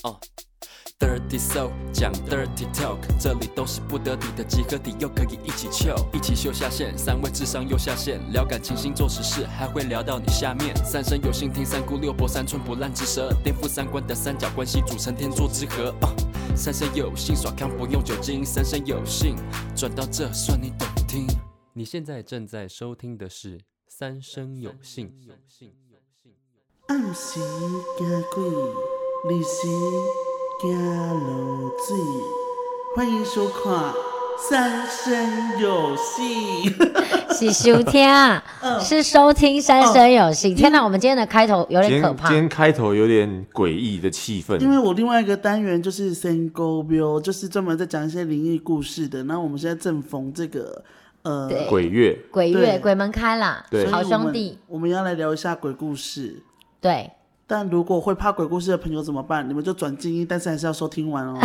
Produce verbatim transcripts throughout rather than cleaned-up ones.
Uh. Dirty Soul 讲 Dirty Talk， 这里都是不得体的集合体，又可以一起 chill， 一起秀下限，三位智商又下线，聊感情、星座、时事，还会聊到你下面。三生有幸听三姑六婆，三寸不烂之舌，颠覆三观的三角关系组成天作之合。Uh, 三生有幸耍康不用酒精，三生有幸转到这算你懂听。你现在正在收听的是三生有幸。 暗时惊鬼，日时惊落水。欢迎收看《三生有幸》 是收听啊，嗯、是收听《三生有幸》哦。天哪，我们今天的开头有点可怕。 今天, 今天开头有点诡异的气氛， 因为我另外一个单元就是《三姑庙》，就是专门在讲一些灵异故事的。然后我们现在正逢这个呃鬼月， 鬼月鬼门开啦， 对， 好兄弟， 我们要来聊一下鬼故事。 对。 但如果会怕鬼故事的朋友怎么办？你们就转静音，但是还是要收听完哦。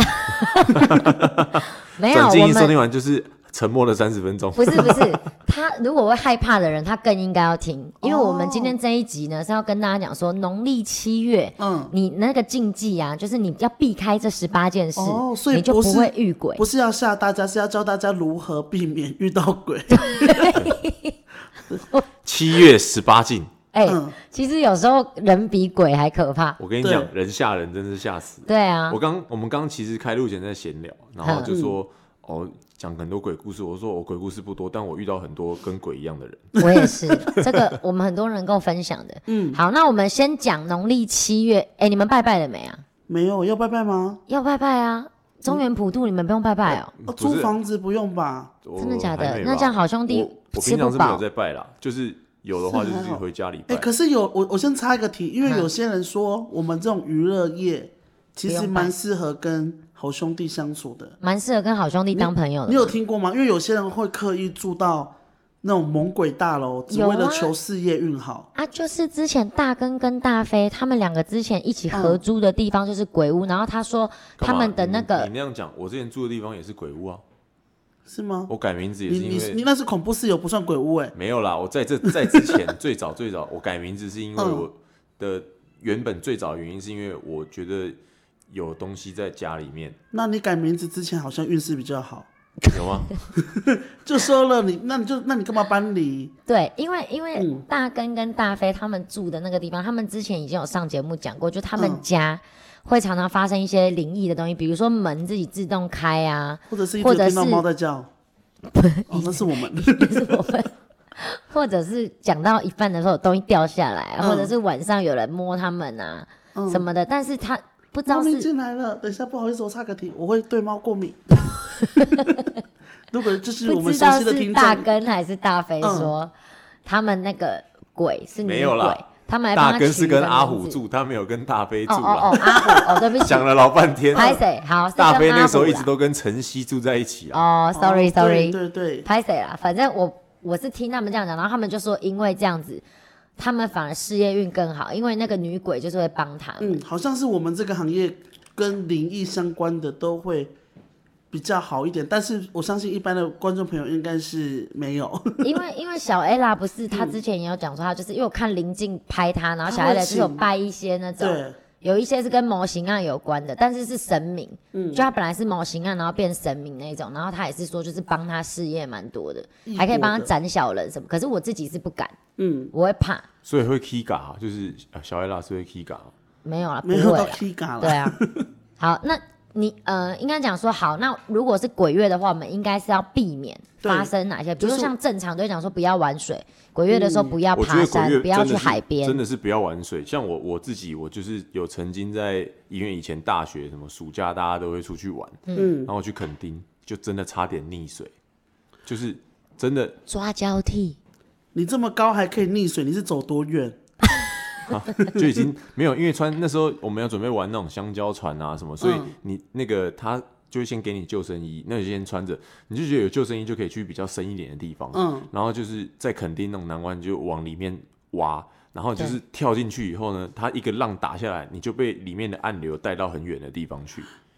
没有， 转静音收听完就是沉默了三十分钟。 不是不是，他如果会害怕的人，他更应该要听，因为我们今天这一集呢是要跟大家讲说，农历七月，嗯，你那个禁忌啊，就是你要避开这十八件事， 哦，所以你就不会遇鬼。 不是要吓大家，是要教大家如何避免遇到鬼。 七月十八禁。 哎、欸嗯，其实有时候人比鬼还可怕。 我跟你讲，人吓人真是吓死。 对啊， 我刚我们刚其实开录前在闲聊，然后就说、嗯、哦，讲很多鬼故事。我说我鬼故事不多，但我遇到很多跟鬼一样的人。 我也是，这个我们很多人跟我分享的。嗯，好，那我们先讲农历七月。哎、欸，你们拜拜了没啊？ 没有，要拜拜吗？ 要拜拜啊！中元普渡你们不用拜拜哦。 哦，租房子不用吧？ 真的假的？那这样好兄弟我我平常是没有在拜啦，就是。有的话就是回家里拜。 哎、欸，可是有我我先插一个题，因为有些人说我们这种娱乐业其实蛮适合跟好兄弟相处的， 蛮适合跟好兄弟当朋友的。 你有听过吗？因为有些人会刻意住到那种猛鬼大楼，只为了求事业运好啊, 啊。就是之前大根跟大飞他们两个之前一起合租的地方就是鬼屋，嗯、然后他说他们的那个你, 你那样讲，我之前住的地方也是鬼屋啊。 是吗？ 我改名字也是因为你, 你, 你那是恐怖室友，不算鬼屋哎、欸。 没有啦，我在这在之前最早最早我改名字是因为我的原本最早的原因是因为我觉得有东西在家里面。 那你改名字之前好像运势比较好， 有吗？ 就说了你，那你就那你干嘛搬离？ 对，因为因为大根跟大飞他们住的那个地方，他们之前已经有上节目讲过，就他们家。嗯会常常发生一些灵异的东西，比如说门自己自动开啊， 或者是一直听到猫在叫，哦，那是我们， 那是我们，或者是讲到一半的时候有东西掉下来、啊嗯，或者是晚上有人摸他们啊、嗯、什么的，但是他不知道是猫咪进来了，等一下不好意思，我插个题，我会对猫过敏。如果这是我们熟悉的听众， 不知道是大根还是大飞说、嗯、他们那个鬼是女鬼。 没有啦， 他们还帮他大根是跟阿虎住，他没有跟大飞住啦。 哦哦哦，阿虎，哦，对不起， 讲了老半天。 拍谁？好， 大飞那时候一直都跟晨曦住在一起啊。 哦 ，sorry sorry， 对对对， 拍谁啦？反正我我是听他们这样讲，然后他们就说，因为这样子，他们反而事业运更好，因为那个女鬼就是会帮他们。 嗯，好像是我们这个行业跟灵异相关的都会比较好一点，但是我相信一般的观众朋友应该是没有。 因为因为小 Ella 不是他之前也有讲说，他就是因为我看林静拍他，然后小 Ella 就是有拜一些那种，有一些是跟模型案有关的，但是是神明，嗯，就他本来是模型案，然后变神明那种，然后他也是说就是帮他事业蛮多的，还可以帮他斩小人什么。可是我自己是不敢，嗯，我会怕， 所以会 K 嘎，就是小 Ella 是会 K 嘎， 没有啦， 没有到 K 嘎了， 对啊，好那。你呃，应该讲说好，那如果是鬼月的话，我们应该是要避免发生哪些？比如说像正常都会讲说不要玩水，鬼月的时候不要爬山，嗯、不要去海边， 真的是不要玩水。像我我自己，我就是有曾经在因为以前大学什么暑假大家都会出去玩，嗯，然后我去垦丁，就真的差点溺水，就是真的抓交替。 你这么高还可以溺水，你是走多远？ 啊、就已经没有，因为穿那时候我们要准备玩那种香蕉船啊什么，所以你那个他就会先给你救生衣，那你就先穿着，你就觉得有救生衣就可以去比较深一点的地方，嗯，然后就是在垦丁那种南湾就往里面挖，然后就是跳进去以后呢，它一个浪打下来，你就被里面的暗流带到很远的地方去，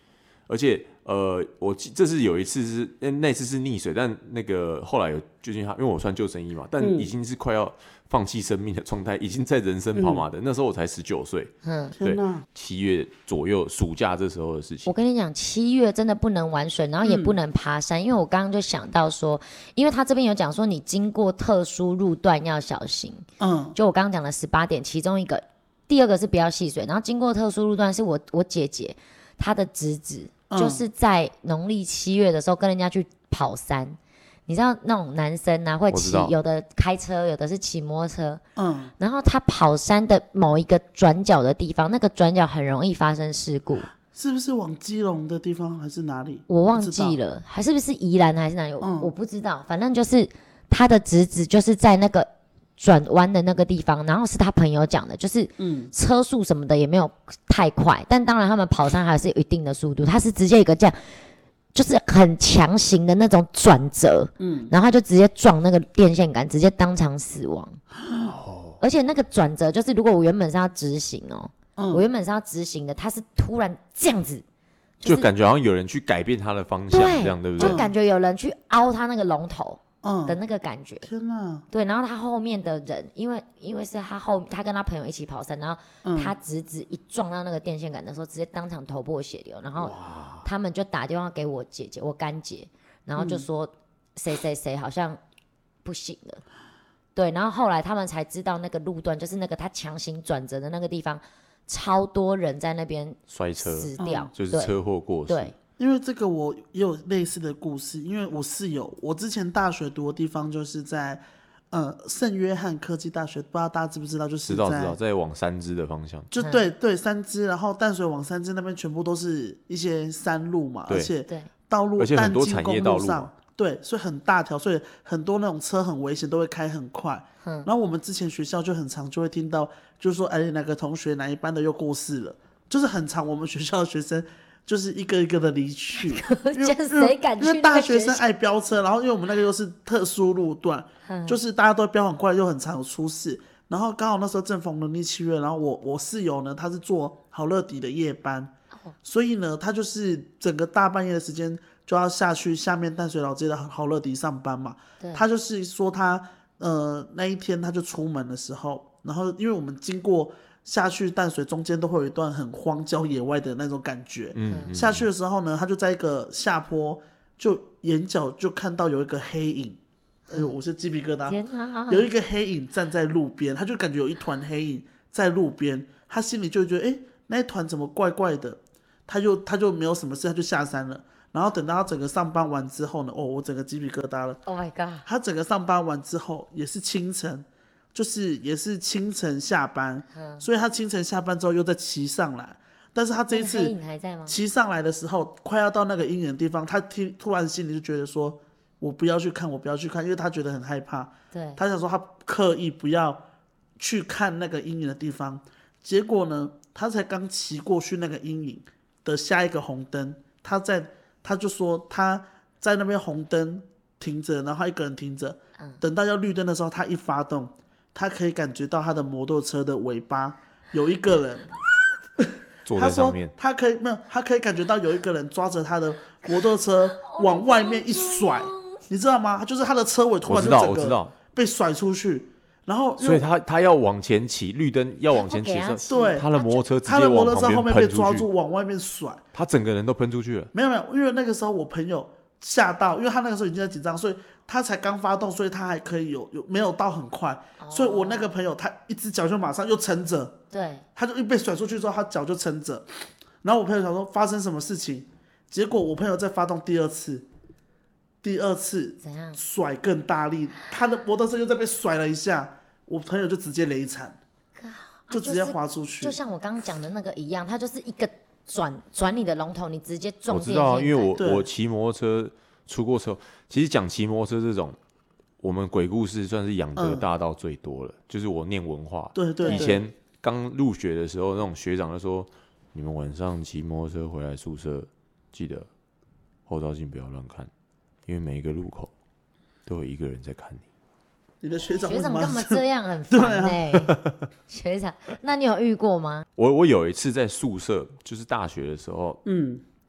而且呃，我这是有一次是那次是溺水，但那个后来有救进他，因为我穿救生衣嘛，但已经是快要放弃生命的状态，已经在人生跑马灯。嗯、那时候我才十九岁，嗯，对，七月左右暑假这时候的事情。 我跟你讲，七月真的不能玩水，然后也不能爬山，嗯、因为我刚刚就想到说，因为他这边有讲说你经过特殊路段要小心，嗯，就我刚刚讲的十八点，其中一个，第二个是不要戏水，然后经过特殊路段是我我姐姐她的侄子。就是在农历七月的时候跟人家去跑山，你知道那种男生啊会骑，有的开车，有的是骑摩托车，嗯，然后他跑山的某一个转角的地方，那个转角很容易发生事故， 是不是往基隆的地方还是哪里？ 我忘记了，还是不是宜兰还是哪里？嗯、我不知道，反正就是他的侄子就是在那个转弯的那个地方，然后是他朋友讲的，就是车速什么的也没有太快，嗯、但当然他们跑山还是有一定的速度，他是直接一个这样，就是很强行的那种转折，嗯，然后他就直接撞那个电线杆，直接当场死亡。哦、而且那个转折就是，如果我原本是要直行哦，嗯、我原本是要直行的，他是突然这样子。 就是、就感觉好像有人去改变他的方向，这样对不对？ 就感觉有人去凹他那个龙头。嗯、的那个感觉， 天哪！ 对，然后他后面的人，因为因为是他后，他跟他朋友一起跑山，然后他侄子一撞到那个电线杆的时候，直接当场头破血流，然后他们就打电话给我姐姐，我干姐，然后就说谁谁谁好像不行了，对，然后后来他们才知道那个路段就是那个他强行转折的那个地方，超多人在那边摔车死掉， 嗯、就是车祸过世。 对。 因为这个我也有类似的故事，因为我室友，我之前大学读的地方就是在呃圣约翰科技大学，不知道大家知不知道？就是在知道知道，在往三芝的方向， 就对对三芝，然后淡水往三芝那边全部都是一些山路嘛，而且道路淡金公路上，对，所以很大条，所以很多那种车很危险，都会开很快。嗯、然后我们之前学校就很常就会听到，就是说哎哪个同学哪一班的又过世了，就是很常我们学校的学生。就是一个一个的离去，因为谁敢去？ 因为大学生爱飙车，然后因为我们那个又是特殊路段，嗯、就是大家都飙很快，又很常有出事。然后刚好那时候正逢农历七月，然后我我室友呢，他是做好乐迪的夜班，哦、所以呢，他就是整个大半夜的时间就要下去下面淡水老街的好乐迪上班嘛。他就是说他呃那一天他就出门的时候，然后因为我们经过。下去淡水中间都会有一段很荒郊野外的那种感觉，嗯嗯、下去的时候呢，他就在一个下坡，就眼角就看到有一个黑影，哎呦，我是鸡皮疙瘩，有一个黑影站在路边，他就感觉有一团黑影在路边，他心里就觉得，哎，那一团怎么怪怪的，他就他就没有什么事，他就下山了。然后等到他整个上班完之后呢，哦，我整个鸡皮疙瘩了 ，Oh my god！ 他整个上班完之后也是清晨。就是也是清晨下班，嗯、所以他清晨下班之后又再骑上来，但是他这一次骑上来的时候，快要到那个阴影的地方，他突然心里就觉得说，我不要去看，我不要去看，因为他觉得很害怕。 对， 他想说他刻意不要去看那个阴影的地方，结果呢，他才刚骑过去那个阴影的下一个红灯，他在他就说他在那边红灯停着，然后他一个人停着，嗯、等到要绿灯的时候，他一发动。他可以感觉到他的摩托车的尾巴有一个人坐在上面， 他说他可以没有，他可以感觉到有一个人抓着他的摩托车往外面一甩，你知道吗？就是他的车尾突然就整个被甩出去，然后所以他他要往前骑，绿灯要往前骑的时候， 对， 他的摩托车直接往他的摩托车后面被抓住往外面甩， 他整个人都喷出去了。 没有没有，因为那个时候我朋友吓到，因为他那个时候已经在紧张，所以。他才刚发动，所以他还可以有有没有到很快，哦、所以我那个朋友他一只脚就马上又撑着， 对， 他就一被甩出去之后，他脚就撑着，然后我朋友想说发生什么事情，结果我朋友再发动第二次，第二次怎样甩更大力，他的摩托车又再被甩了一下，我朋友就直接雷惨，就直接滑出去， 就像我刚刚讲的那个一样，他就是一个转转你的龙头，你直接撞电线杆。我知道，因为我我骑摩托车。出过车，其实讲骑摩托车这种，我们鬼故事算是养德大道最多了。嗯、就是我念文化， 对 对, 对， 以前刚入学的时候，那种学长就说，你们晚上骑摩托车回来宿舍，记得后照镜不要乱看，因为每一个路口都有一个人在看你。 你的学长学长干嘛这样很烦哎、欸啊？学长，那你有遇过吗？ 我我有一次在宿舍，就是大学的时候，嗯。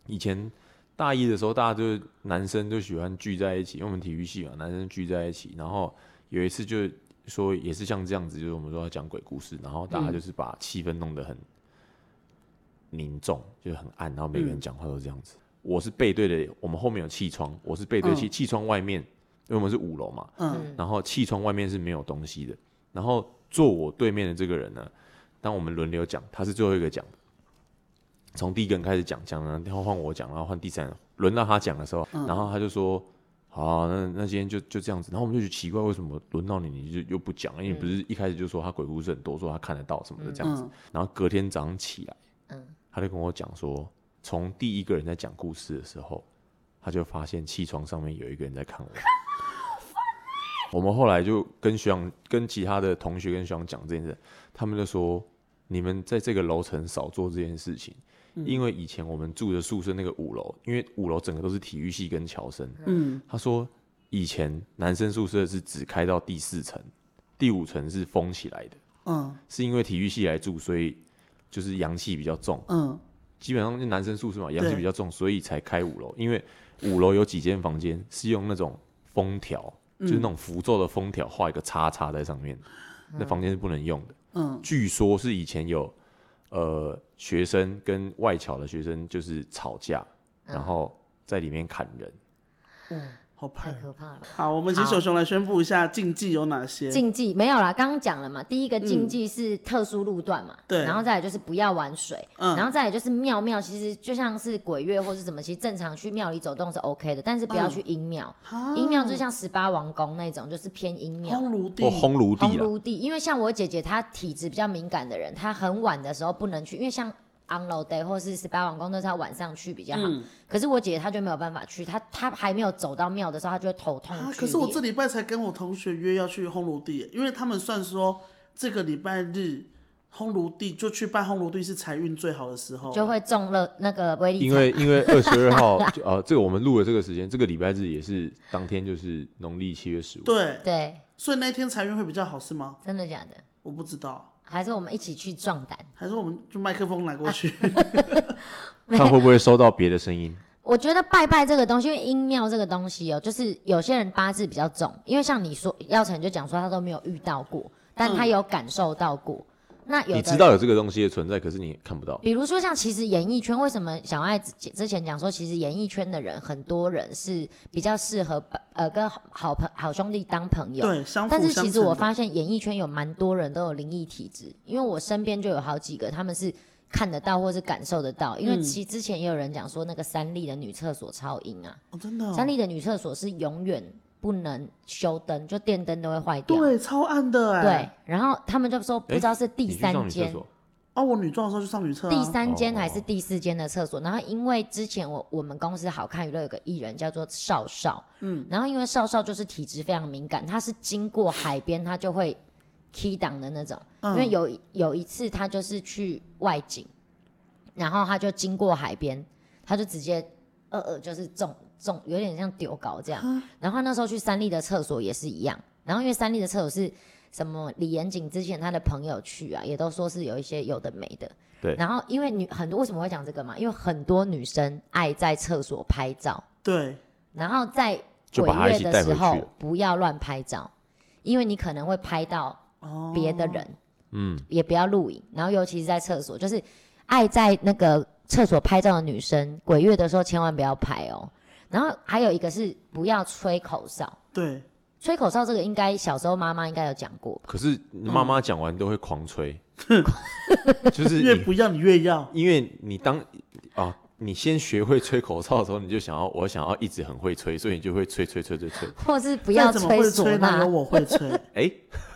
以前大一的时候，大家就男生就喜欢聚在一起，因为我们体育系嘛，男生聚在一起，然后有一次就说也是像这样子，就是我们说要讲鬼故事，然后大家就是把气氛弄得很凝重，就是很暗，然后每个人讲话都是这样子。嗯、我是背对的，我们后面有气窗，我是背对气，气、嗯、窗外面，因为我们是五楼嘛，嗯，然后气窗外面是没有东西的。然后坐我对面的这个人呢，当我们轮流讲，他是最后一个讲的，从第一个人开始讲，讲然后换我讲，然后换第三人，轮到他讲的时候，嗯、然后他就说。好、啊，那那今天就就这样子，然后我们就觉得奇怪，为什么轮到你你就又不讲？因为你不是一开始就说他鬼故事很多，说他看得到什么的这样子，嗯、然后隔天早上起来，嗯、他就跟我讲说，从第一个人在讲故事的时候，他就发现气窗上面有一个人在看我。我们后来就跟学长、跟其他的同学跟学长讲这件事，他们就说，你们在这个楼层少做这件事情。因为以前我们住的宿舍那个五楼，因为五楼整个都是体育系跟侨生。嗯，他说以前男生宿舍是只开到第四层，第五层是封起来的。嗯，是因为体育系来住，所以就是阳气比较重。嗯，基本上就男生宿舍嘛，阳气比较重，所以才开五楼。因为五楼有几间房间是用那种封条，嗯、就是那种符咒的封条，画一个叉叉在上面，嗯、那房间是不能用的。嗯，据说是以前有。呃，学生跟外侨的学生就是吵架，嗯、然后在里面砍人。 嗯，好怕，太可怕了。 好，我们请熊熊来宣布一下禁忌有哪些。 禁忌没有啦，刚刚讲了嘛。第一个禁忌是特殊路段嘛，对、嗯。然后再来就是不要玩水，嗯。然后再来就是庙庙，其实就像是鬼月或是什么，其实正常去庙里走动是 OK 的，但是不要去阴庙。阴庙、嗯、就像十八王宫那种，就是偏阴庙。 烘炉地， 哦，烘炉地， 烘炉地。因为像我姐姐，她体质比较敏感的人，她很晚的时候不能去，因为像。on low day 或是十八王宫都是要晚上去比较好，嗯、可是我姐姐她就没有办法去，她她还没有走到庙的时候，她就会头痛、啊。 可是我这礼拜才跟我同学约要去烘炉地，因为他们算说这个礼拜日烘炉地就去拜烘炉地是财运最好的时候， 就会中了那个威力彩。 因为因为二十二号呃，这个我们录的这个时间，这个礼拜日也是当天就是农历七月十五。 对对， 所以那天财运会比较好是吗？ 真的假的？ 我不知道。 还是我们一起去壮胆？ 还是我们就麦克风拿过去， 看会不会收到别的声音？ 我觉得拜拜这个东西，因为阴庙这个东西哦，就是有些人八字比较重，因为像你说耀成就讲说他都没有遇到过，但他有感受到过。嗯那有的你知道有这个东西的存在，可是你看不到。 比如说像其实演艺圈，为什么小爱之前讲说，其实演艺圈的人很多人是比较适合呃跟好朋好兄弟当朋友， 对，相辅相成的。 但是其实我发现演艺圈有蛮多人都有灵异体质，因为我身边就有好几个，他们是看得到或是感受得到。因为其实之前也有人讲说，那个三立的女厕所超阴啊， 哦，真的、哦， 三立的女厕所是永远不能修灯，就电灯都会坏掉。 对，超暗的哎。 对，然后他们就说不知道是第三间。 哦，我女装的时候就上女厕、啊。 第三间还是第四间的厕所，然后因为之前我我们公司好看娱乐有个艺人叫做少少，嗯，然后因为少少就是体质非常敏感，他是经过海边他就会 key 档的那种，嗯、因为有有一次他就是去外景，然后他就经过海边，他就直接呃呃就是中。重有点像丢稿这样，嗯、然后那时候去三立的厕所也是一样，然后因为三立的厕所是什么李延景之前他的朋友去啊，也都说是有一些有的没的， 对。 然后因为女很多为什么会讲这个嘛？因为很多女生爱在厕所拍照， 对。 然后在鬼月的时候不要乱拍照，因为你可能会拍到别的人，嗯、哦，也不要录影，然后尤其是在厕所，就是爱在那个厕所拍照的女生，鬼月的时候千万不要拍哦。然后还有一个是不要吹口哨， 对， 吹口哨这个应该小时候妈妈应该有讲过。 可是妈妈讲完都会狂吹， 嗯、 就是越不要你越要， 因为你当啊，你先学会吹口哨的时候，你就想要我想要一直很会吹，所以你就会吹吹吹吹吹， 或是不要吹唢呐， 有我会吹， 哎。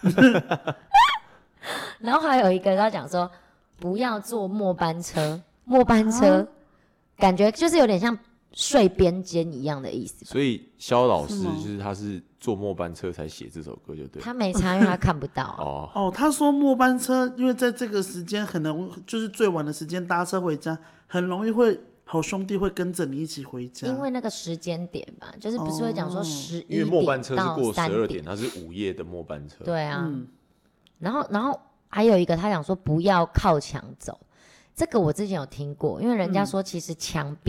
然后还有一个他讲说，不要坐末班车，末班车、啊、感觉就是有点像。睡边间一样的意思， 所以萧老师就是他是坐末班车才写这首歌，就对。 他没差，因为他看不到、啊。 哦哦，他说末班车，因为在这个时间很容易，就是最晚的时间搭车回家，很容易会好兄弟会跟着你一起回家。 因为那个时间点吧，就是不是会讲说十一点到三点， 因为末班车是过十二点，它是午夜的末班车。 对啊，嗯、然后然后还有一个他讲说不要靠墙走，这个我之前有听过，因为人家说其实墙壁。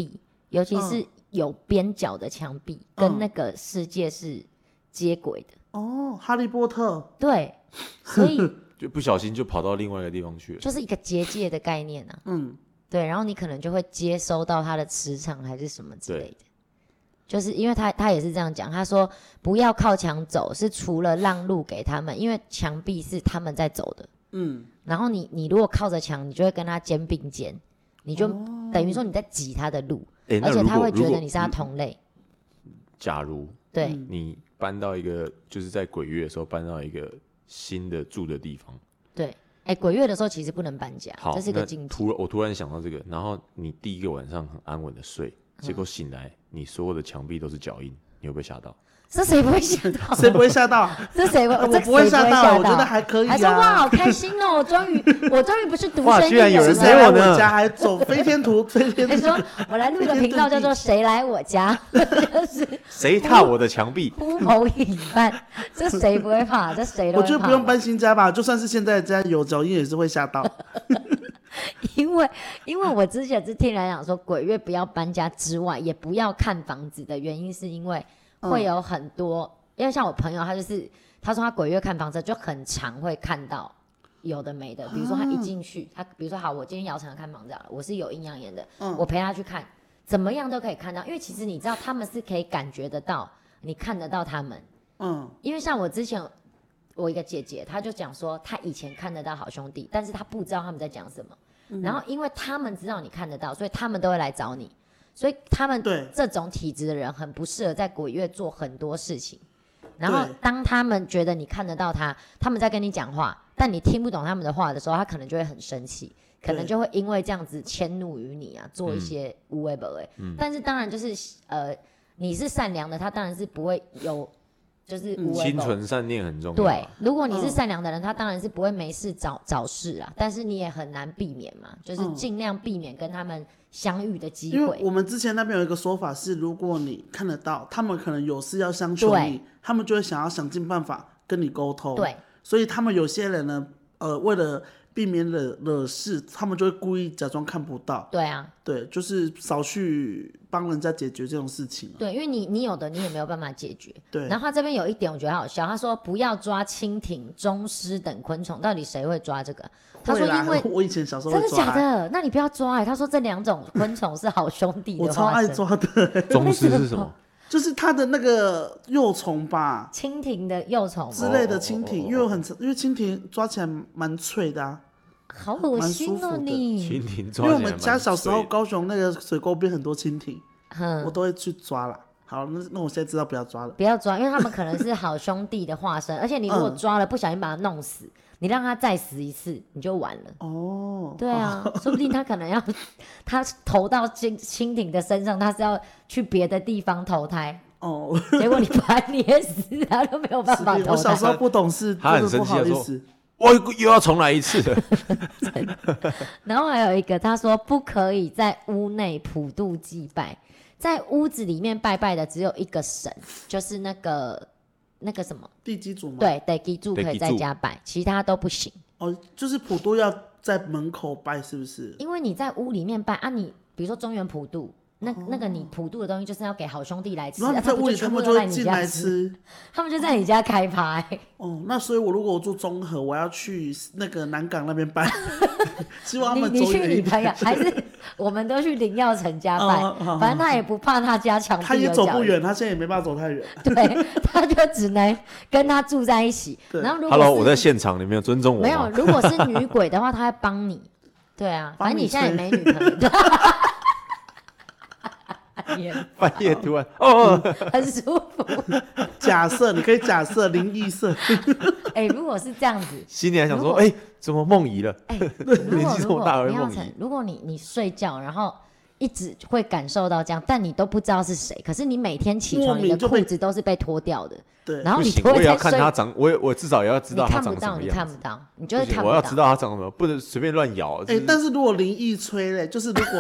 尤其是有边角的墙壁，嗯、跟那个世界是接轨的。 哦，哈利波特。 对，所以就不小心就跑到另外一个地方去了， 就是一个结界的概念啊。 嗯， 对，然后你可能就会接收到它的磁场还是什么之类的。就是因为他他也是这样讲，他说不要靠墙走，是除了让路给他们，因为墙壁是他们在走的。 嗯， 然后你你如果靠着墙，你就会跟他肩并肩，你就、哦、等于说你在挤他的路， 欸、 而且他会觉得你是他同类。 假如对你搬到一个就是在鬼月的时候搬到一个新的住的地方， 对，哎、欸，鬼月的时候其实不能搬家， 好， 这是个禁忌。 突我突然想到这个，然后你第一个晚上很安稳的睡，结果醒来。嗯，你所有的墙壁都是脚印，你会不会吓到？ 这谁不会吓到？ 谁不会吓到？ 这谁不？ 我不会吓到，我觉得还可以啊。 还说哇，好开心哦！我终于，我终于不是独生女， 居然有人来我家，还走飞天图，飞天图。 你说我来录个频道叫做“谁来我家”，就是谁踏我的墙壁， 呼朋引伴，这谁不会怕？这谁都会怕。 我觉得不用搬新家吧，就算是现在家有脚印也是会吓到。 因为因为我之前是听人讲说，鬼月不要搬家之外，也不要看房子的原因，是因为会有很多。嗯，因为像我朋友，他就是他说他鬼月看房子就很常会看到有的没的，比如说他一进去，他比如说好，我今天姚晨看房子好了，我是有阴阳眼的，嗯，我陪他去看，怎么样都可以看到，因为其实你知道他们是可以感觉得到，你看得到他们，嗯，因为像我之前我一个姐姐，她就讲说她以前看得到好兄弟，但是她不知道他们在讲什么，嗯，然后因为他们知道你看得到，所以他们都会来找你，所以他们这种体质的人很不适合在鬼月做很多事情。然后当他们觉得你看得到他，他们在跟你讲话，但你听不懂他们的话的时候，他可能就会很生气，可能就会因为这样子迁怒于你啊，做一些无为不为。嗯，但是当然就是呃，你是善良的，他当然是不会有就是无为。 心存善念很重要。 对，如果你是善良的人，他当然是不会没事找找事啊，但是你也很难避免嘛，就是尽量避免跟他们相遇的机会。 因为我们之前那边有一个说法是，如果你看得到，他们可能有事要相求你，他们就会想要想尽办法跟你沟通。 对， 所以他们有些人呢，呃，为了避免惹惹事，他们就会故意假装看不到。 对啊， 对，就是少去帮人家解决这种事情。 对，因为你你有的你也没有办法解决。 对。 然后他这边有一点我觉得好笑，他说不要抓蜻蜓、中虱等昆虫，到底谁会抓这个？他说因为我以前小时候会抓。 真的假的？那你不要抓哎、欸！他说这两种昆虫是好兄弟的。 我超爱抓的、欸。 中虱是什么？ 就是它的那个幼虫吧， 蜻蜓的幼虫之类的蜻蜓，因为很因为蜻蜓抓起来蛮脆的啊， 好恶心哦你！ 蜻蜓抓起来蛮脆的，因为我们家小时候高雄那个水沟边很多蜻蜓，嗯，我都会去抓啦。好，那那我现在知道不要抓了， 不要抓，因为他们可能是好兄弟的化身，而且你如果抓了不小心把它弄死，你让他再死一次，你就完了。 哦， 对啊，说不定他可能要他投到蜻蜻蜓的身上，他是要去别的地方投胎。哦，结果你把他捏死，他都没有办法投胎。 我小时候不懂事， 他很生气的说：“ 我又要重来一次了。” 然后还有一个，他说不可以在屋内普渡祭拜。在屋子里面拜拜的只有一个神，就是那个那个什么地基主吗？ 对，地基主可以在家拜，其他都不行。 哦，就是普渡要在门口拜，是不是？ 因为你在屋里面拜啊你，你比如说中元普渡，那、哦、那个你普渡的东西就是要给好兄弟来吃， 然后你在屋里，他们就会进来吃， 他们就在你家开趴、欸。 哦，那所以我如果我住中和，我要去那个南港那边拜，希望他们你你去你朋友还是？我们都去林耀成家拜、哦，反正他也不怕他家墙壁有脚印， 他也走不远，他现在也没办法走太远。 对，他就只能跟他住在一起。然后如果 Hello， 我在现场，你没有尊重我吗？ 没有，如果是女鬼的话，他会帮你。对啊，反正你现在也没女朋友。 半夜突然哦、 嗯，很舒服。 假设你可以假设灵异色。 哎、欸，如果是这样子， 心里还想说，哎、欸，怎么梦遗了？哎、欸，年纪这么大而梦遗。 如果你你睡觉，然后一直会感受到这样，但你都不知道是谁，可是你每天起床，你的裤子都是被脱掉的。 对， 然后你就会我也要看他长，我也我至少也要知道他长什么样子。 你看不到，你看不到，你就会看不到。 我要知道他长什么，不能随便乱咬。 哎、欸，但是如果灵异吹嘞，就是如果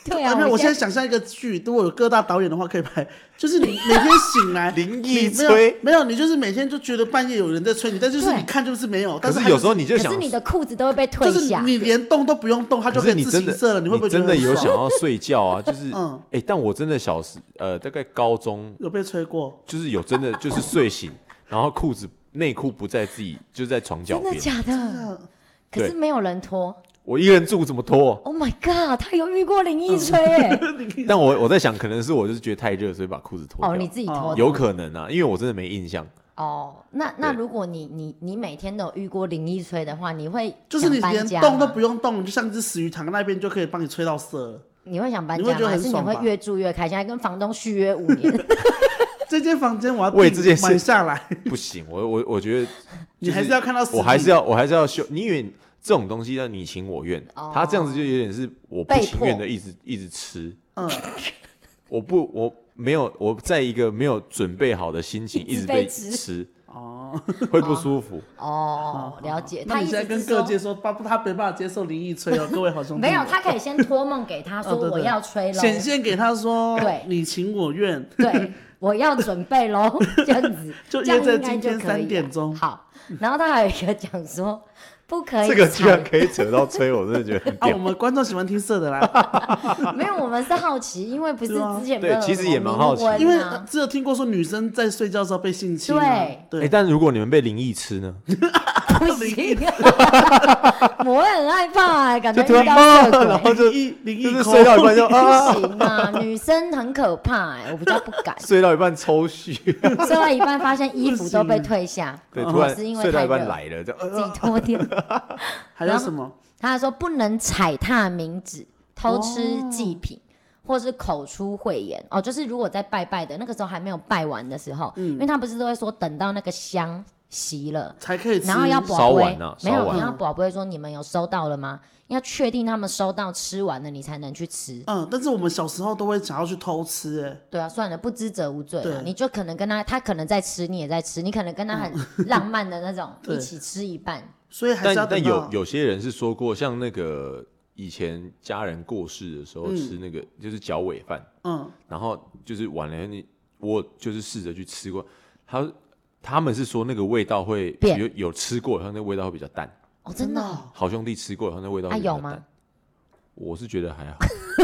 对啊， 我现在想象一个剧，如果有各大导演的话，可以拍，就是你每天醒来灵异吹， 没有，你就是每天就觉得半夜有人在吹你，但就是你看就是没有。但是有时候你就想， 可是你的裤子都会被退下， 就是你连动都不用动，它就可以自起色了。你会不会觉得真的有想要睡觉啊？就是嗯，哎，但我真的小时呃，大概高中有被吹过， 就是有真的就是睡醒，然后裤子内裤不在自己，就在床脚边。 真的假的？可是没有人脱。 我一个人住怎么脱 ？Oh my god！ 他有遇过灵异吹哎、 嗯，但我我在想，可能是我就是觉得太热，所以把裤子脱掉。 哦，你自己脱， 有可能啊，因为我真的没印象。 哦，那那如果你你你每天都有遇过灵异吹的话，你会就是你连动都不用动，就像一只死鱼躺在那边就可以帮你吹到色了。 你会想搬家吗？还是你会越住越开心，还跟房东续约五年？ 这间房间我要为这件事买下来。 不行，我我我觉得、就是、 你还是要看到死， 我还是要我还是要修，因为这种东西要你情我愿，哦、他这样子就有点是我不情愿的一直一直吃。嗯，我不我没有我在一个没有准备好的心情一直被吃。哦，会不舒服。 哦，了解。 那你现在跟各界说，他他没办法接受灵异吹哦，各位好兄弟。 没有，他可以先托梦给他说我要吹喽， 显现给他说， 对， 你情我愿， 对，我要准备喽，这样子， 就约在今天三点钟。 好，然后他还有一个讲说。不可以， 这个居然可以扯到吹，我真的觉得很屌。 啊，我们观众喜欢听色的啦。 没有，我们是好奇，因为不是之前对，其实也蛮好奇， 因为只有听过说女生在睡觉的时候被性侵。 对对、 欸，但如果你们被灵异吃呢？ 不行，我会很害怕哎、欸，感觉遇到色鬼，然后就就是睡到一半就啊， 不行啊，女生很可怕哎、欸，我比较不敢。 睡到一半抽搐， 睡到一半发现衣服都被退下， 对，突然是因为睡到一半来了，这样自己脱掉。 还有什么？ 他还说不能踩踏冥纸、偷吃祭品，哦、或是口出秽言哦。就是如果在拜拜的那个时候还没有拜完的时候，嗯、因为他不是都会说等到那个香熄了才可以吃， 然后要烧完啊， 没有，你要宝贝说你们有收到了吗？要确定他们收到吃完了，你才能去吃。 嗯，但是我们小时候都会想要去偷吃、欸，哎。 对啊，算了，不知者无罪了。你就可能跟他，他可能在吃，你也在吃，你可能跟他很浪漫的那种，一起吃一半。 所以还是要但但有有些人是说过，像那个以前家人过世的时候吃那个、嗯、就是脚尾饭，嗯，然后就是晚了你我就是试着去吃过，他他们是说那个味道会有有吃过，然后那个味道会比较淡。 哦，真的、哦， 好兄弟吃过，然后那味道会比较淡。啊、有吗？我是觉得还好，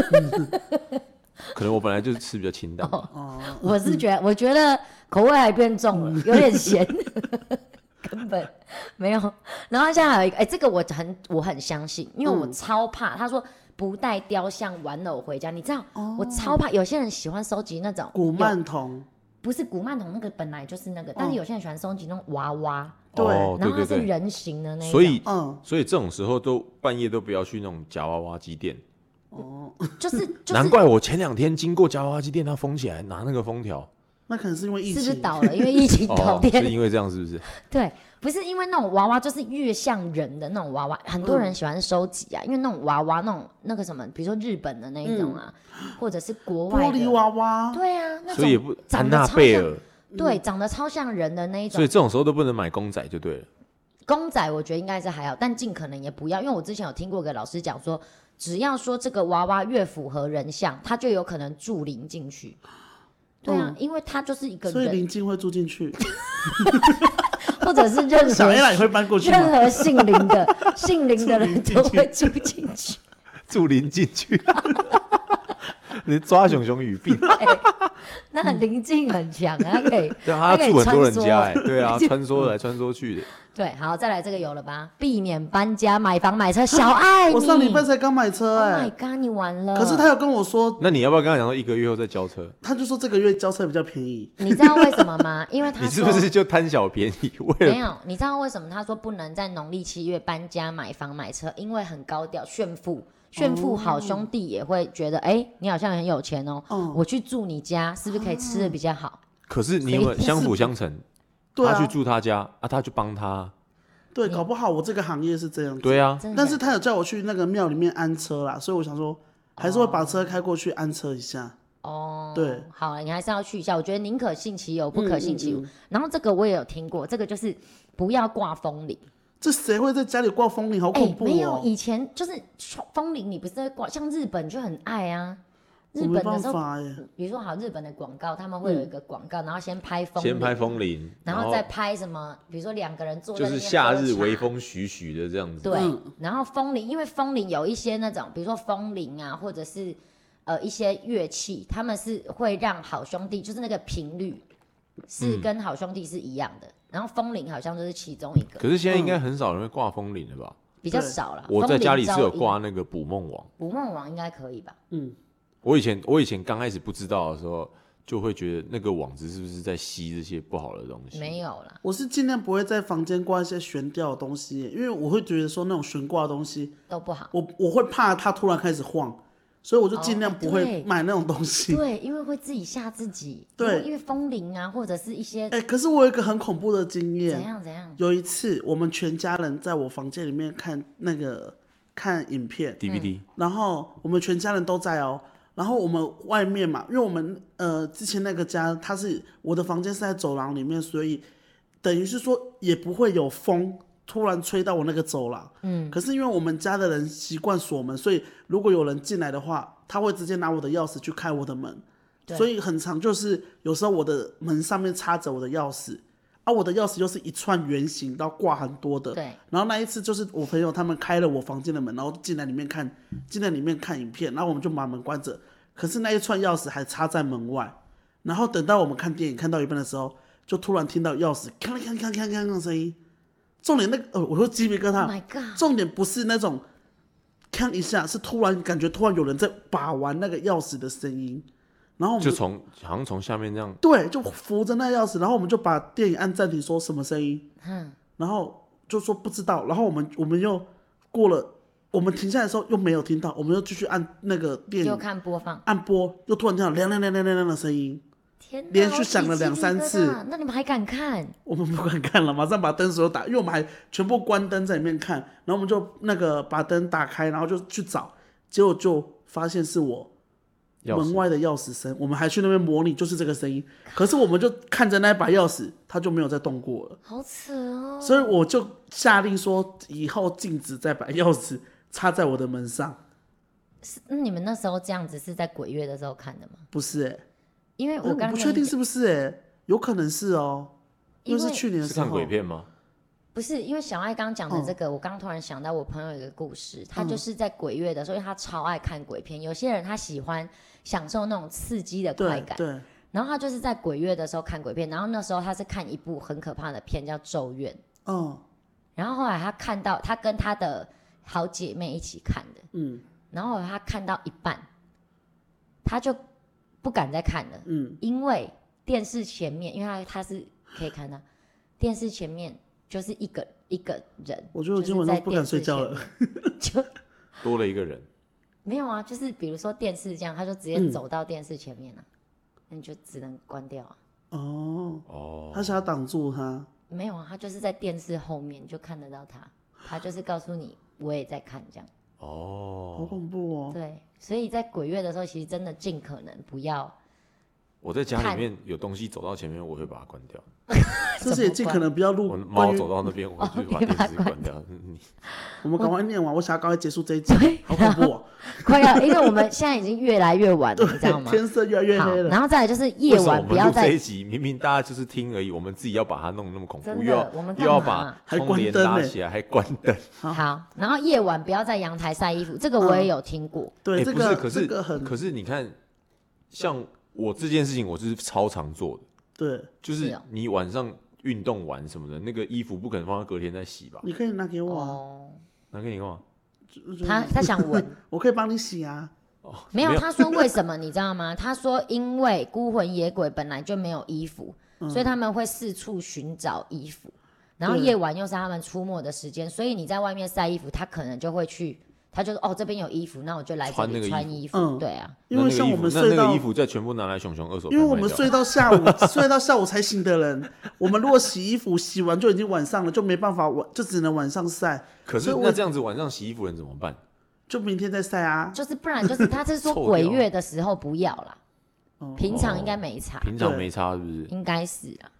可能我本来就是吃比较清淡。 哦，我是觉得，我觉得口味还变重了，有点咸。根本没有，然后现在还有一个，哎、欸，这个我很我很相信，因为我超怕。嗯、他说不带雕像玩偶回家，你知道，哦、我超怕。有些人喜欢收集那种古曼童， 不是古曼童，那个本来就是那个，哦、但是有些人喜欢收集那种娃娃， 对， 哦、 然后它是人形的那种， 所以，嗯，所以这种时候都半夜都不要去那种夹娃娃机店。 哦，就是、就是， 难怪我前两天经过夹娃娃机店，它封起来，拿那个封条。 那可能是因为疫情， 是不是倒了？因为疫情倒店、 哦，是因为这样是不是？ 对，不是因为那种娃娃，就是越像人的那种娃娃，很多人喜欢收集啊。嗯、因为那种娃娃，那种那个什么，比如说日本的那一种啊，嗯、或者是国外的玻璃娃娃， 对啊，那种所以也不安娜贝尔， 对，长得超像人的那一种。 所以这种时候都不能买公仔就对了。 公仔我觉得应该是还好，但尽可能也不要，因为我之前有听过一个老师讲说，只要说这个娃娃越符合人像，他就有可能住灵进去。对啊，嗯、因为他就是一个人， 所以灵精会住进去， 或者是任何小 A 也会搬过去， 任何姓林的姓林的人都会住进去， 住灵进去，你抓熊熊语病， 那灵性很强啊，可以， 对啊，他住很多人家哎，对啊，穿梭来穿梭去的。 对，好，再来这个有了吧？避免搬家、买房、买车。小爱， 我上礼拜才刚买车哎、欸、 ！Oh my god， 你完了！ 可是他有跟我说， 那你要不要跟他讲说一个月后再交车？ 他就说这个月交车比较便宜。 你知道为什么吗？因为他你是不是就贪小便宜？为了没有，你知道为什么他说不能在农历七月搬家、买房、买车？因为很高调炫富。炫富好兄弟也会觉得，哎、欸，你好像很有钱哦、喔，嗯、我去住你家，是不是可以吃的比较好？ 可是你有没有相辅相成？他去住他家啊，他去帮他。 对，搞不好我这个行业是这样子。 对啊， 但是他有叫我去那个庙里面安车啦，所以我想说，还是会把车开过去安车一下。 哦， 对， 好，你还是要去一下。我觉得宁可信其有，不可信其无。嗯嗯嗯、然后这个我也有听过，这个就是不要挂风铃。 这谁会在家里挂风铃？好恐怖哦！ 欸、没有，以前就是风铃，你不是在挂，像日本就很爱啊。日本的时候，比如说好日本的广告，他们会有一个广告，嗯、然后先拍风铃， 先拍风铃， 然后再拍什么？比如说两个人坐在那边就是夏日微风徐徐的这样子。 对，嗯、然后风铃，因为风铃有一些那种，比如说风铃啊，或者是呃一些乐器，他们是会让好兄弟，就是那个频率是跟好兄弟是一样的。嗯、然后风铃好像就是其中一个。 可是现在应该很少人会挂风铃了吧？ 比较少了。 我在家里是有挂那个捕梦网。 捕梦网应该可以吧？嗯。 我以前我以前刚开始不知道的时候，就会觉得那个网子是不是在吸这些不好的东西？ 没有啦， 我是尽量不会在房间挂一些悬吊的东西，因为我会觉得说那种悬挂的东西都不好。 我我会怕它突然开始晃，所以我就尽量不会买那种东西。 哦、对, 对，因为会自己吓自己。对，因为风铃啊，或者是一些…… 哎、欸，可是我有一个很恐怖的经验。 怎样怎样？ 有一次，我们全家人在我房间里面看那个看影片 D V D，、嗯、 然后我们全家人都在哦。然后我们外面嘛，因为我们呃之前那个家，它是我的房间是在走廊里面，所以等于是说也不会有风突然吹到我那个走廊。嗯。可是因为我们家的人习惯锁门，所以如果有人进来的话，他会直接拿我的钥匙去开我的门。所以很常就是有时候我的门上面插着我的钥匙，啊，我的钥匙又是一串圆形，然后挂很多的。 对。 然后那一次就是我朋友他们开了我房间的门，然后进来里面看，进来里面看影片，然后我们就把门关着。可是那一串钥匙还插在门外，然后等到我们看电影看到一半的时候，就突然听到钥匙锵锵锵锵锵的声音。重点那个呃，我说鸡皮疙瘩。 Oh my god！ 重点不是那种锵一下，是突然感觉突然有人在把玩那个钥匙的声音。然后我们就, 就从好像从下面这样， 对，就扶着那钥匙，然后我们就把电影按暂停，说什么声音？嗯，然后就说不知道，然后我们我们又过了，我们停下来的时候又没有听到，我们又继续按那个电影， 就看播放， 按播，又突然听到亮亮亮亮亮亮的声音， 天哪， 连续响了两三次。 那你们还敢看？ 我们不敢看了，马上把灯所有打，因为我们还全部关灯在里面看，然后我们就那个把灯打开，然后就去找，结果就发现是我。门外的钥匙声，我们还去那边模拟，就是这个声音。可是我们就看着那把钥匙，它就没有再动过了。 好扯哦！ 所以我就下令说，以后禁止再把钥匙插在我的门上。 是，那你们那时候这样子是在鬼月的时候看的吗？ 不是哎、欸， 因为我刚不确定是不是哎、欸，有可能是哦、喔，因为是去年的时候。 是看鬼片吗？ 不是，因为小爱刚讲的这个，嗯、我刚突然想到我朋友有一个故事，他就是在鬼月的时候，因为他超爱看鬼片，有些人他喜欢享受那种刺激的快感， 对，对然后他就是在鬼月的时候看鬼片，然后那时候他是看一部很可怕的片叫《咒怨》，嗯，然后后来他看到他跟他的好姐妹一起看的，嗯，然后后来他看到一半，他就不敢再看了，嗯，因为电视前面，因为他他是可以看到电视前面。就是一个一个人， 我觉得我今晚上不敢睡觉了， 就多了一个人。 没有啊，就是比如说电视这样，他就直接走到电视前面了、啊，那、嗯、你就只能关掉啊。 哦哦，他想要挡住他。 没有啊，他就是在电视后面就看得到他，他就是告诉你我也在看这样。 哦， 好恐怖哦。 对，所以在鬼月的时候，其实真的尽可能不要。 我在家里面有东西走到前面，我会把它关掉。 这是也尽可能不要录。 我猫走到那边，我就把电视关掉。嗯、 我们赶快念完，我想要赶快结束这一集，好恐怖哦！ 快要，因为我们现在已经越来越晚了，你知道吗？ 天色越来越黑了。 然后再来就是夜晚不要再。 这一集明明大家就是听而已，我们自己要把它弄那么恐怖，又要我们又要把窗帘拉起来，还关灯。 好，然后夜晚不要在阳台晒衣服，这个我也有听过。 对，这个可是这个很， 可是你看，像我这件事情，我是超常做的。 对， 就是你晚上运动完什么的，那个衣服不可能放在隔天再洗吧？ 你可以拿给我、啊哦、 拿给你干嘛？ 他他想闻， 我可以帮你洗啊。 哦、没有，他说为什么你知道吗？他说因为孤魂野鬼本来就没有衣服，嗯、所以他们会四处寻找衣服，然后夜晚又是他们出没的时间，所以你在外面晒衣服，他可能就会去。他就说哦，这边有衣服，那我就来这里穿衣服。嗯，对啊， 因为像我们睡到那那个衣服再全部拿来熊熊二手， 因为我们睡到下午，睡到下午才醒的人，我们如果洗衣服洗完就已经晚上了，就没办法晚，就只能晚上晒。 可是那这样子晚上洗衣服人怎么办？ 就明天再晒啊。 就是不然就是他是说鬼月的时候不要啦，平常应该没差。 平常没差是不是？ 应该是啊。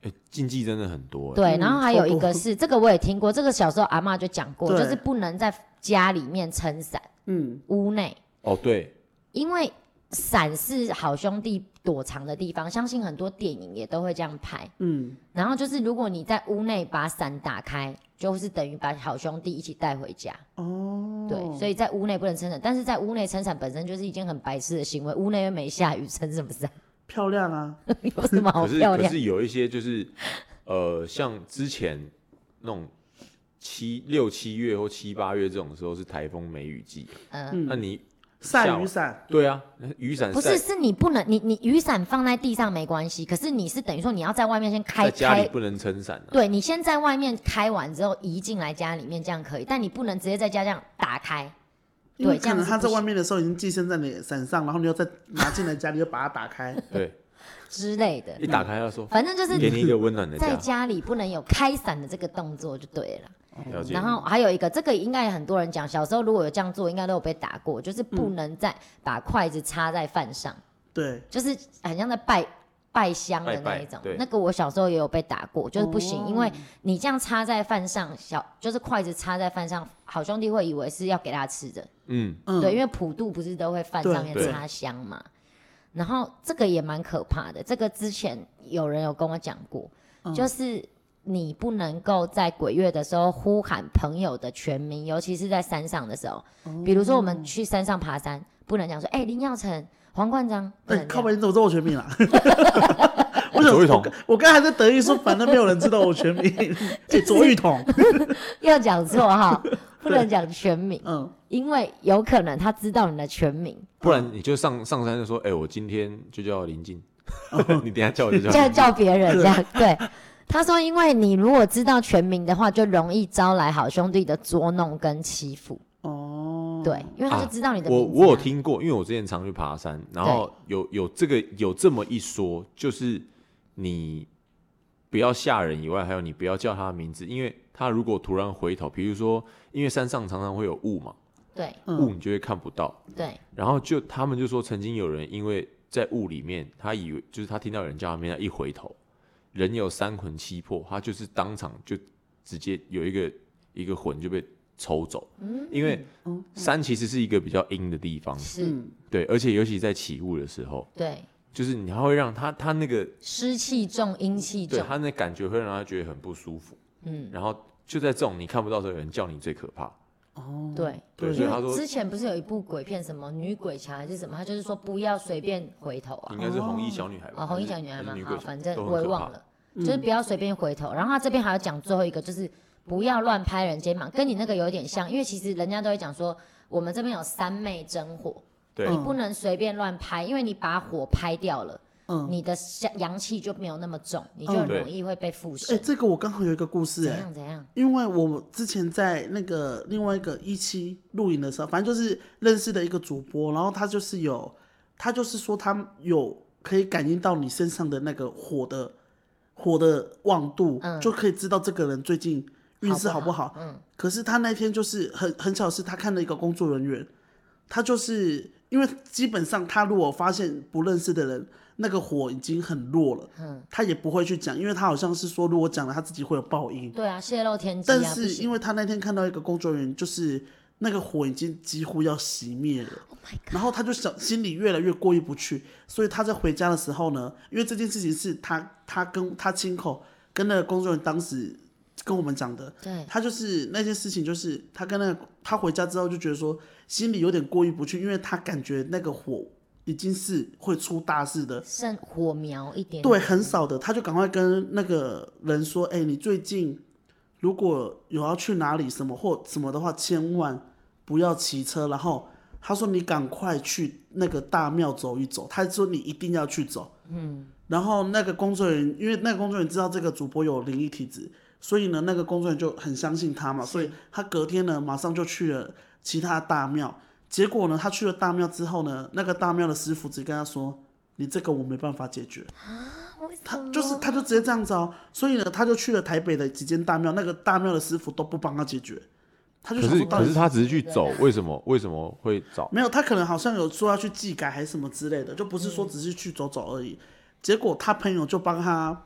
欸、禁忌真的很多。 对，然后还有一个是、嗯、这个我也听过，这个小时候阿嬷就讲过，就是不能在家里面撑伞，嗯，屋内。哦， 对， 因为伞是好兄弟躲藏的地方，相信很多电影也都会这样拍。嗯，然后就是如果你在屋内把伞打开，就是等于把好兄弟一起带回家。哦，对，所以在屋内不能撑伞，但是在屋内撑伞本身就是一件很白痴的行为，屋内又没下雨，撑什么伞？ 漂亮啊， 有什么好漂亮？ 可是可是有一些就是，呃，像之前那种七六七月或七八月这种时候是台风梅雨季，嗯，那你。 晒雨伞， 对啊，雨伞不是是你不能，你你雨伞放在地上没关系，可是你是等于说你要在外面先开， 在家里不能撑伞、啊。 对，你先在外面开完之后移进来家里面，这样可以，但你不能直接在家这样打开。 因为可能他在外面的时候已经寄生在你伞上，然后你又再拿进来家里，又把它打开， 对之类的。 一打开要说， 反正就是给你一个温暖的家， 在家里不能有开伞的这个动作就对了。然后还有一个，这个应该很多人讲，小时候如果有这样做，应该都有被打过，就是不能再把筷子插在饭上， 对、嗯， 就是很像在拜拜香的那一种。 拜拜， 那个我小时候也有被打过，就是不行，哦、因为你这样插在饭上，小就是筷子插在饭上，好兄弟会以为是要给他吃的，嗯，对，因为普渡不是都会饭上面插香嘛，然后这个也蛮可怕的，这个之前有人有跟我讲过，嗯、就是。你不能够在鬼月的时候呼喊朋友的全名，尤其是在山上的时候。哦、比如说我们去山上爬山，不能讲说，哎、欸，林耀成、黄冠章，哎、欸， 靠北，你怎么知道我全名啦？我想我我刚才还在得意说，反正没有人知道我全名。哎、欸，卓玉彤， 要讲错哈，不能讲全名，嗯，因为有可能他知道你的全名， 不然你就上上山就说，哎、欸，我今天就叫林静，你等一下叫我就叫， 就叫别人这样，对。他说：“因为你如果知道全名的话，就容易招来好兄弟的捉弄跟欺负。哦，对，因为他就知道你的名字、啊啊。我我有听过，因为我之前常去爬山，然后有有这个有这么一说，就是你不要吓人以外，还有你不要叫他的名字，因为他如果突然回头，比如说，因为山上常常会有雾嘛， 对， 雾你就会看不到。 对， 然后就他们就说，曾经有人因为在雾里面，他以为就是他听到有人叫他名，他一回头。”人有三魂七魄，他就是当场就直接有一个一个魂就被抽走，嗯、因为山其实是一个比较阴的地方， 是， 对，而且尤其在起雾的时候， 对， 就是你还会让他他那个湿气重、阴气重， 对他那感觉会让他觉得很不舒服，嗯，然后就在这种你看不到的人叫你最可怕。 哦，对对，所以他说之前不是有一部鬼片，什么女鬼桥还是什么，他就是说不要随便回头啊， 应该是红衣小女孩吧？ 哦，红衣小女孩嘛，好，反正我也忘了，嗯、就是不要随便回头。然后他这边还要讲最后一个，就是不要乱拍人肩膀，跟你那个有点像，因为其实人家都会讲说，我们这边有三昧真火， 对， 你不能随便乱拍，因为你把火拍掉了。嗯，你的阳气就没有那么重，你就很容易会被附身。 哎、欸，这个我刚好有一个故事、欸， 怎样怎样？ 因为我之前在那个另外一个一期录影的时候，反正就是认识的一个主播，然后他就是有，他就是说他有可以感应到你身上的那个火的火的旺度，嗯、就可以知道这个人最近运势好不好。嗯，可是他那天就是很很巧，是他看了一个工作人员，他就是因为基本上他如果发现不认识的人。那个火已经很弱了，嗯，他也不会去讲，因为他好像是说，如果讲了，他自己会有报应。 对啊，泄露天机啊。 但是因为他那天看到一个工作人员，就是那个火已经几乎要熄灭了， oh my God 然后他就想心里越来越过意不去，所以他在回家的时候呢，因为这件事情是他他跟他亲口跟那个工作人员当时跟我们讲的， 对， 他就是那件事情，就是他跟那个他回家之后就觉得说心里有点过意不去，因为他感觉那个火。已经是会出大事的， 剩火苗一点点， 对，很少的，他就赶快跟那个人说：“哎、欸，你最近如果有要去哪里什么或什么的话，千万不要骑车。”然后他说：“你赶快去那个大庙走一走。”他说：“你一定要去走。”嗯，然后那个工作人员，因为那个工作人员知道这个主播有灵异体质，所以呢，那个工作人员就很相信他嘛，所以他隔天呢，马上就去了其他大庙。结果呢，他去了大庙之后呢，那个大庙的师傅直接跟他说：“你这个我没办法解决。”他就是他就直接这样子哦，所以呢，他就去了台北的几间大庙，那个大庙的师傅都不帮他解决。他就想说， 可是可是他只是去走，为什么为什么会找？ 没有，他可能好像有说要去祭改还是什么之类的，就不是说只是去走走而已。嗯、结果他朋友就帮他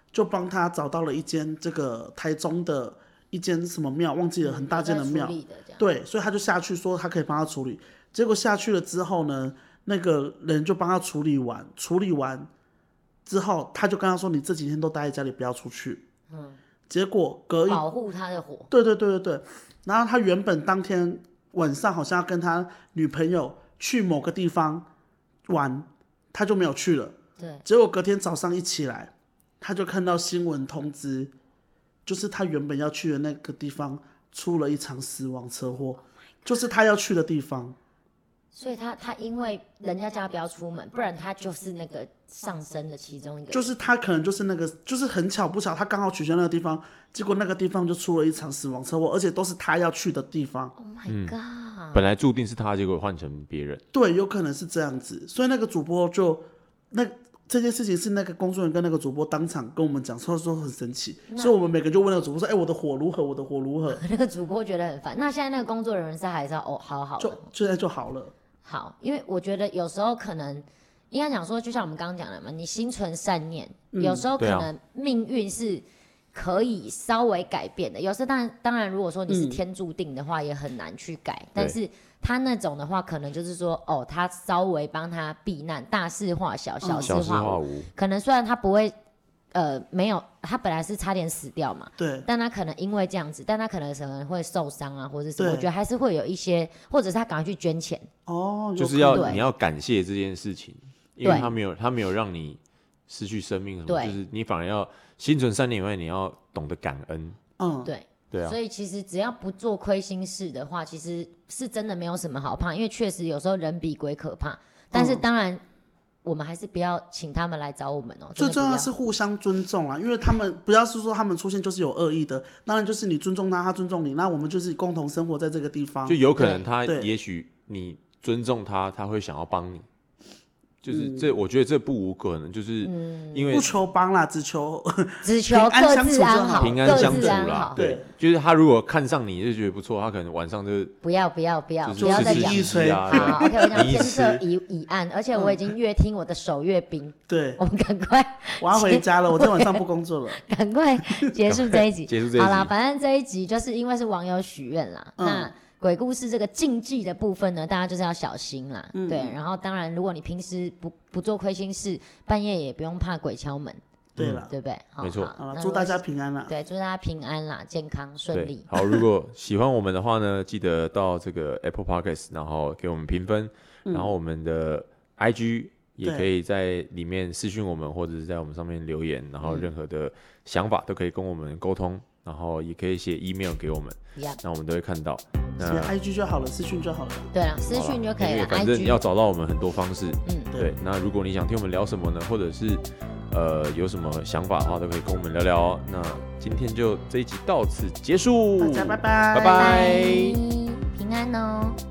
就帮他找到了一间这个台中的一间什么庙，忘记了，很大间的庙。 的对，所以他就下去说他可以帮他处理。结果下去了之后呢，那个人就帮他处理完，处理完之后，他就跟他说：“你这几天都待在家里，不要出去。”嗯。结果隔一保护他的火。 对对对对对。然后他原本当天晚上好像要跟他女朋友去某个地方玩，他就没有去了。 对。 结果隔天早上一起来，他就看到新闻通知，就是他原本要去的那个地方出了一场死亡车祸， oh、就是他要去的地方。 所以他他因为人家叫他不要出门，不然他就是那个上升的其中一个。 就是他可能就是那个，就是很巧不巧，他刚好取消那个地方，结果那个地方就出了一场死亡车祸，而且都是他要去的地方。 Oh my god！、 嗯、本来注定是他，结果换成别人。 对，有可能是这样子。所以那个主播就那这件事情是那个工作人员跟那个主播当场跟我们讲，说说很生气，所以我们每个就问那个主播说：“哎、欸，我的火如何？我的火如何？” 那个主播觉得很烦。那现在那个工作人员是还是要哦好好的， 就现在就好了。 好，因为我觉得有时候可能应该讲说，就像我们刚刚讲的嘛，你心存善念，嗯、有时候可能命运是可以稍微改变的。有时候当然当然，如果说你是天注定的话，嗯、也很难去改。但是他那种的话，可能就是说，哦，他稍微帮他避难，大事化小，小事化无。嗯、可能虽然他不会。呃，没有，他本来是差点死掉嘛， 对， 但他可能因为这样子，但他可能可能会受伤啊，或者什么，我觉得还是会有一些，或者是他赶快去捐钱， 哦， 就是要你要感谢这件事情，因为他没有他没有让你失去生命什么，就是你反而要心存善念以外，你要懂得感恩， 嗯， 对对啊， 所以其实只要不做亏心事的话，其实是真的没有什么好怕，因为确实有时候人比鬼可怕，但是当然。嗯我们还是不要请他们来找我们哦。 最重要是互相尊重啊，因为他们不要是说他们出现就是有恶意的，当然就是你尊重他，他尊重你，那我们就是共同生活在这个地方。 就有可能他也许你尊重他，他会想要帮你，就是这、嗯、我觉得这不无可能，就是因为、 嗯、不求帮啦，只求只求各自安好， 平安相处啦。对，就是他如果看上你就觉得不错，他可能晚上就不要不要不要、 就是、 不要再讲一吹啊。好 ，OK， 我讲天色已已暗，而且我已经阅听我的守月兵。 对， 我们赶快， 我要回家了，我今天晚上不工作了， 赶快结束这一集。 结束这一集。 好啦，反正这一集就是因为是网友许愿啦，嗯、那。鬼故事这个禁忌的部分呢，大家就是要小心啦，嗯、对。然后当然，如果你平时不不做亏心事，半夜也不用怕鬼敲门， 对了， 对不对？ 没错。 好，祝大家平安啦。 对，祝大家平安啦，健康顺利。 好，如果喜欢我们的话呢，记得到这个 Apple Podcast， 然后给我们评分，嗯、然后我们的 I G 也可以在里面私讯我们，或者是在我们上面留言，然后任何的想法都可以跟我们沟通。然后也可以写 email 给我们， yep. 那我们都会看到。 写 I G 就好了，私讯就好了。 对啊，私讯就可以了。 反正要找到我们很多方式。 嗯， 对。那如果你想听我们聊什么呢，或者是呃有什么想法的话，都可以跟我们聊聊哦。那今天就这一集到此结束， 大家拜拜， 拜拜， 平安哦。